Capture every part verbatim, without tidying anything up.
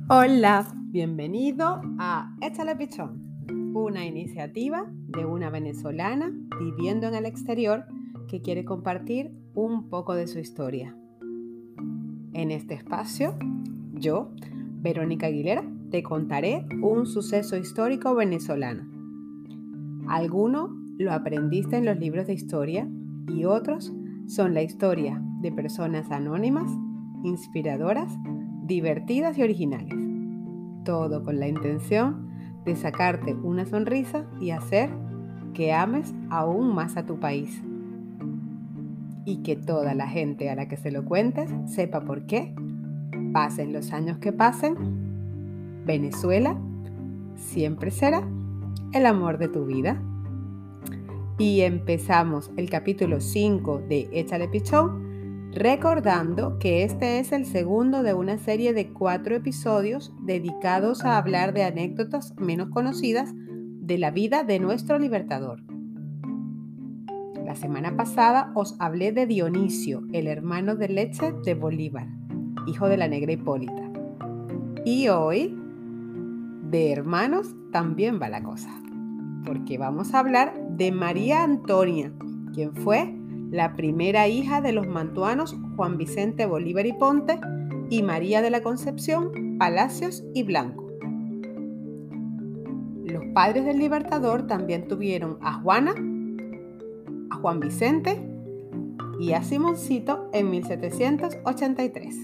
Hola, bienvenido a Échale Pichón, una iniciativa de una venezolana viviendo en el exterior que quiere compartir un poco de su historia. En este espacio, yo, Verónica Aguilera, te contaré un suceso histórico venezolano. Alguno lo aprendiste en los libros de historia y otros son la historia de personas anónimas, inspiradoras, divertidas y originales. Todo con la intención de sacarte una sonrisa y hacer que ames aún más a tu país. Y que toda la gente a la que se lo cuentes sepa por qué, pasen los años que pasen, Venezuela siempre será el amor de tu vida. Y empezamos el capítulo cinco de Échale Pichón, recordando que este es el segundo de una serie de cuatro episodios dedicados a hablar de anécdotas menos conocidas de la vida de nuestro libertador. La semana pasada os hablé de Dionisio, el hermano de leche de Bolívar, hijo de la negra Hipólita. Y hoy, de hermanos también va la cosa, porque vamos a hablar de María Antonia, quien fue la primera hija de los mantuanos Juan Vicente Bolívar y Ponte y María de la Concepción Palacios y Blanco. Los padres del Libertador también tuvieron a Juana, a Juan Vicente y a Simoncito en mil setecientos ochenta y tres.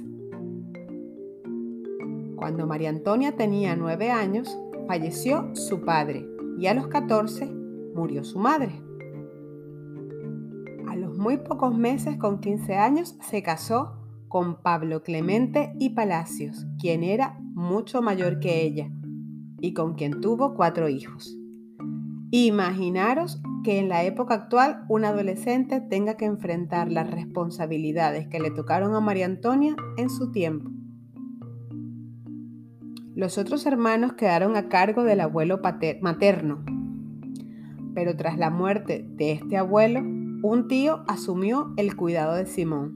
Cuando María Antonia tenía nueve años, falleció su padre y a los catorce murió su madre. A los muy pocos meses, con quince años, se casó con Pablo Clemente y Palacios, quien era mucho mayor que ella y con quien tuvo cuatro hijos. Imaginaros que en la época actual un adolescente tenga que enfrentar las responsabilidades que le tocaron a María Antonia en su tiempo. Los otros hermanos quedaron a cargo del abuelo pater- materno, pero tras la muerte de este abuelo, un tío asumió el cuidado de Simón.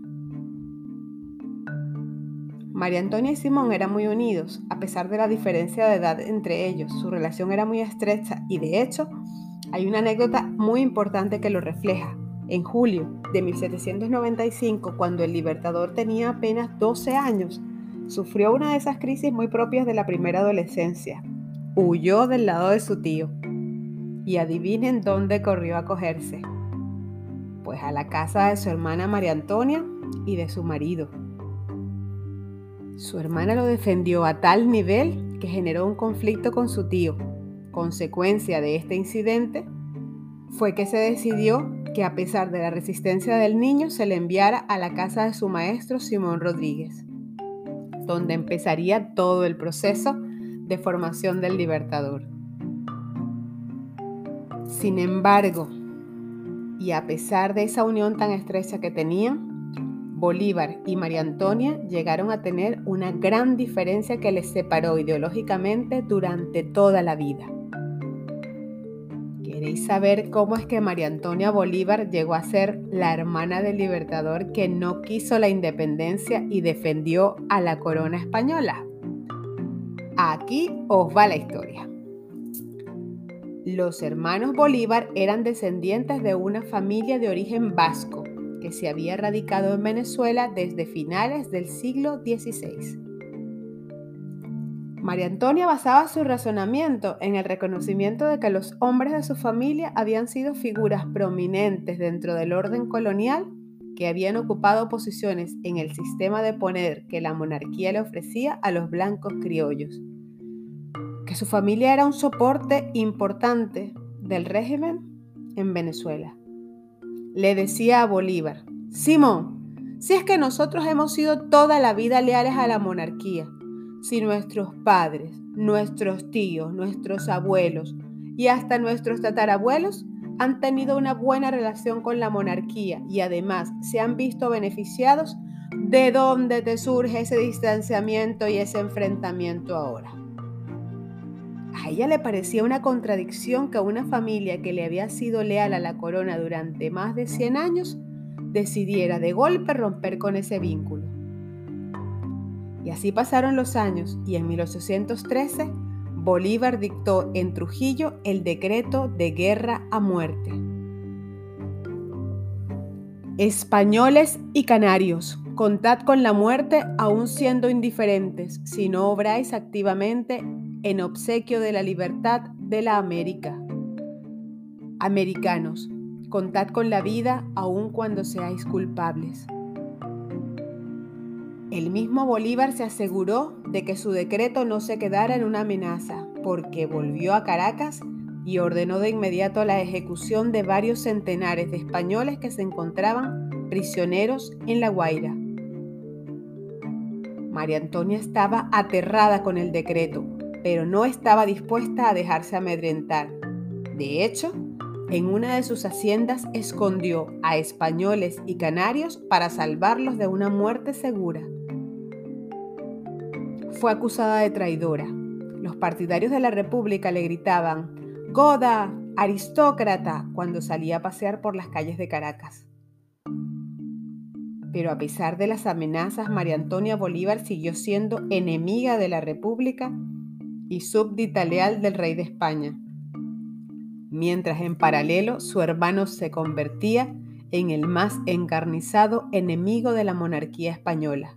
María Antonia y Simón eran muy unidos, a pesar de la diferencia de edad entre ellos. Su relación era muy estrecha y, de hecho, hay una anécdota muy importante que lo refleja. En julio de mil setecientos noventa y cinco, cuando el Libertador tenía apenas doce años, sufrió una de esas crisis muy propias de la primera adolescencia. Huyó del lado de su tío. Y adivinen dónde corrió a acogerse. Pues a la casa de su hermana María Antonia y de su marido. Su hermana lo defendió a tal nivel que generó un conflicto con su tío. Consecuencia de este incidente fue que se decidió que, a pesar de la resistencia del niño, se le enviara a la casa de su maestro Simón Rodríguez, donde empezaría todo el proceso de formación del Libertador. Sin embargo, y a pesar de esa unión tan estrecha que tenían, Bolívar y María Antonia llegaron a tener una gran diferencia que les separó ideológicamente durante toda la vida. ¿Queréis saber cómo es que María Antonia Bolívar llegó a ser la hermana del Libertador que no quiso la independencia y defendió a la corona española? Aquí os va la historia. Los hermanos Bolívar eran descendientes de una familia de origen vasco que se había radicado en Venezuela desde finales del siglo dieciséis. María Antonia basaba su razonamiento en el reconocimiento de que los hombres de su familia habían sido figuras prominentes dentro del orden colonial, que habían ocupado posiciones en el sistema de poder que la monarquía le ofrecía a los blancos criollos, que su familia era un soporte importante del régimen en Venezuela. Le decía a Bolívar: Simón, si es que nosotros hemos sido toda la vida leales a la monarquía, si nuestros padres, nuestros tíos, nuestros abuelos y hasta nuestros tatarabuelos han tenido una buena relación con la monarquía y además se han visto beneficiados, ¿de dónde te surge ese distanciamiento y ese enfrentamiento ahora? A ella le parecía una contradicción que una familia que le había sido leal a la corona durante más de cien años decidiera de golpe romper con ese vínculo. Y así pasaron los años y en mil ochocientos trece Bolívar dictó en Trujillo el decreto de guerra a muerte. Españoles y canarios, contad con la muerte aun siendo indiferentes, si no obráis activamente en obsequio de la libertad de la América. Americanos, contad con la vida aun cuando seáis culpables. El mismo Bolívar se aseguró de que su decreto no se quedara en una amenaza, porque volvió a Caracas y ordenó de inmediato la ejecución de varios centenares de españoles que se encontraban prisioneros en La Guaira. María Antonia estaba aterrada con el decreto, pero no estaba dispuesta a dejarse amedrentar. De hecho, en una de sus haciendas escondió a españoles y canarios para salvarlos de una muerte segura. Fue acusada de traidora. Los partidarios de la República le gritaban «¡Goda! ¡Aristócrata!» cuando salía a pasear por las calles de Caracas. Pero a pesar de las amenazas, María Antonia Bolívar siguió siendo enemiga de la República y súbdita leal del rey de España, mientras en paralelo su hermano se convertía en el más encarnizado enemigo de la monarquía española.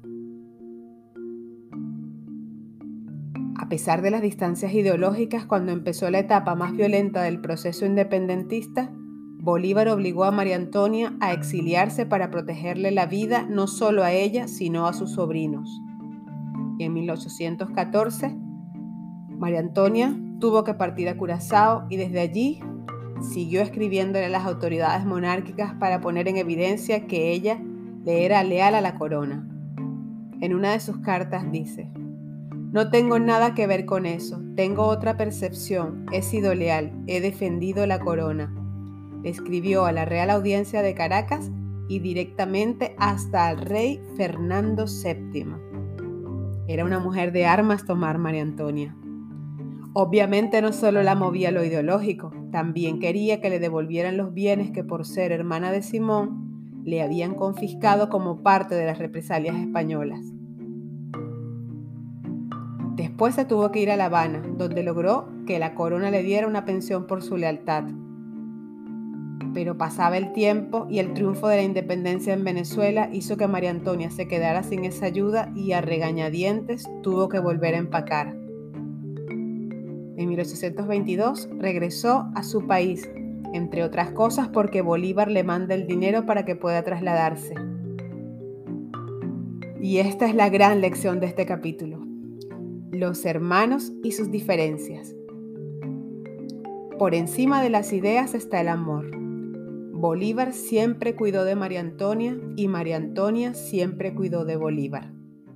A pesar de las distancias ideológicas, cuando empezó la etapa más violenta del proceso independentista, Bolívar obligó a María Antonia a exiliarse para protegerle la vida no solo a ella, sino a sus sobrinos. Y en mil ochocientos catorce, María Antonia tuvo que partir a Curazao y desde allí siguió escribiéndole a las autoridades monárquicas para poner en evidencia que ella le era leal a la corona. En una de sus cartas dice: «No tengo nada que ver con eso, tengo otra percepción, he sido leal, he defendido la corona». Escribió a la Real Audiencia de Caracas y directamente hasta al rey Fernando séptimo. Era una mujer de armas tomar María Antonia. Obviamente no solo la movía lo ideológico, también quería que le devolvieran los bienes que por ser hermana de Simón le habían confiscado como parte de las represalias españolas. Después se tuvo que ir a La Habana, donde logró que la corona le diera una pensión por su lealtad. Pero pasaba el tiempo y el triunfo de la independencia en Venezuela hizo que María Antonia se quedara sin esa ayuda y a regañadientes tuvo que volver a empacar. En mil ochocientos veintidós regresó a su país, entre otras cosas porque Bolívar le manda el dinero para que pueda trasladarse. Y esta es la gran lección de este capítulo: los hermanos y sus diferencias. Por encima de las ideas está el amor. Bolívar siempre cuidó de María Antonia y María Antonia siempre cuidó de Bolívar.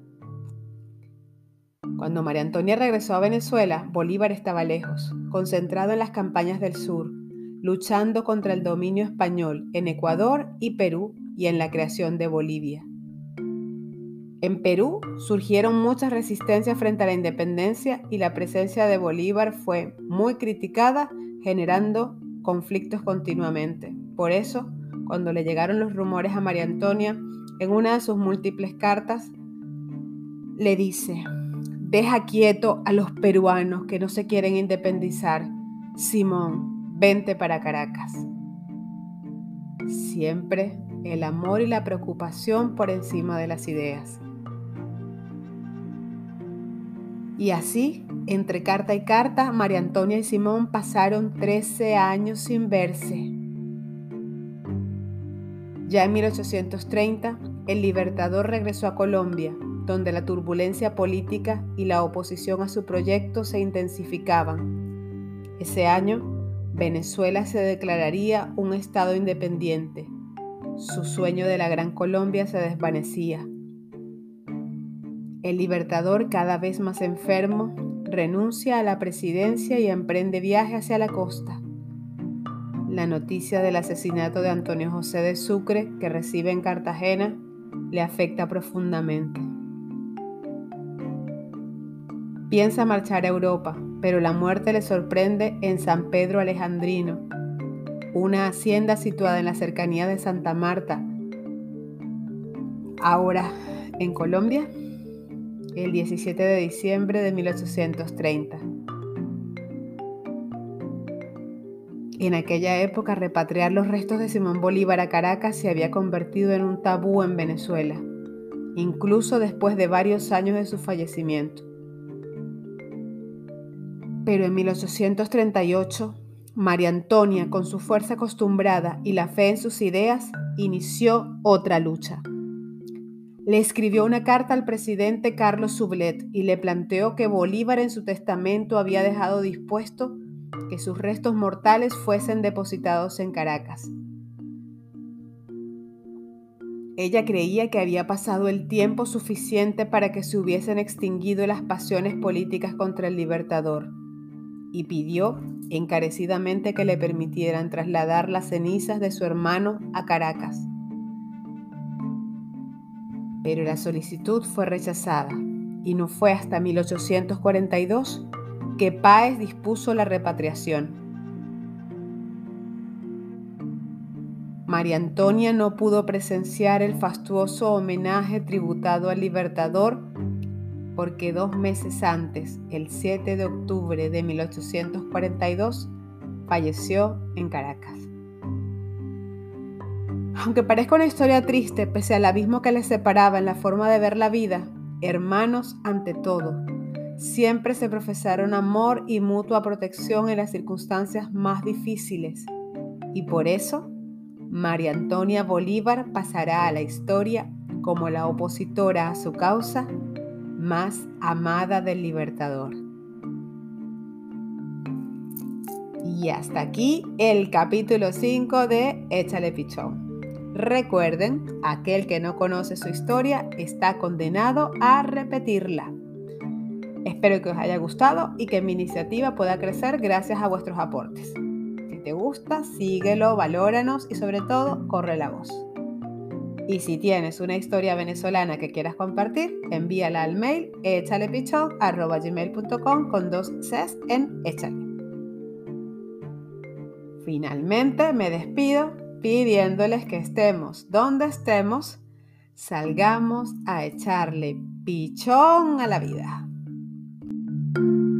Cuando María Antonia regresó a Venezuela, Bolívar estaba lejos, concentrado en las campañas del sur, luchando contra el dominio español en Ecuador y Perú y en la creación de Bolivia. En Perú surgieron muchas resistencias frente a la independencia y la presencia de Bolívar fue muy criticada, generando conflictos continuamente. Por eso, cuando le llegaron los rumores a María Antonia, en una de sus múltiples cartas, le dice: «Deja quieto a los peruanos que no se quieren independizar. Simón, vente para Caracas». Siempre el amor y la preocupación por encima de las ideas. Y así, entre carta y carta, María Antonia y Simón pasaron trece años sin verse. Ya en mil ochocientos treinta, el Libertador regresó a Colombia, donde la turbulencia política y la oposición a su proyecto se intensificaban. Ese año, Venezuela se declararía un estado independiente. Su sueño de la Gran Colombia se desvanecía. El Libertador, cada vez más enfermo, renuncia a la presidencia y emprende viaje hacia la costa. La noticia del asesinato de Antonio José de Sucre, que recibe en Cartagena, le afecta profundamente. Piensa marchar a Europa, pero la muerte le sorprende en San Pedro Alejandrino, una hacienda situada en la cercanía de Santa Marta, ahora en Colombia. el diecisiete de diciembre de mil ochocientos treinta. En aquella época, repatriar los restos de Simón Bolívar a Caracas se había convertido en un tabú en Venezuela, incluso después de varios años de su fallecimiento. Pero en mil ochocientos treinta y ocho, María Antonia, con su fuerza acostumbrada y la fe en sus ideas, inició otra lucha. Le escribió una carta al presidente Carlos Sublet y le planteó que Bolívar en su testamento había dejado dispuesto que sus restos mortales fuesen depositados en Caracas. Ella creía que había pasado el tiempo suficiente para que se hubiesen extinguido las pasiones políticas contra el Libertador y pidió encarecidamente que le permitieran trasladar las cenizas de su hermano a Caracas. Pero la solicitud fue rechazada y no fue hasta mil ochocientos cuarenta y dos que Páez dispuso la repatriación. María Antonia no pudo presenciar el fastuoso homenaje tributado al Libertador porque dos meses antes, el siete de octubre de mil ochocientos cuarenta y dos, falleció en Caracas. Aunque parezca una historia triste, pese al abismo que les separaba en la forma de ver la vida, hermanos ante todo, siempre se profesaron amor y mutua protección en las circunstancias más difíciles. Y por eso, María Antonia Bolívar pasará a la historia como la opositora a su causa más amada del Libertador. Y hasta aquí el capítulo cinco de Échale Pichón. Recuerden, aquel que no conoce su historia está condenado a repetirla. Espero que os haya gustado y que mi iniciativa pueda crecer gracias a vuestros aportes. Si te gusta, síguelo, valóranos y sobre todo, corre la voz. Y si tienes una historia venezolana que quieras compartir, envíala al mail échalepichón arroba gmail punto com con dos Cs en échale. Finalmente me despido pidiéndoles que estemos donde estemos, salgamos a echarle pichón a la vida.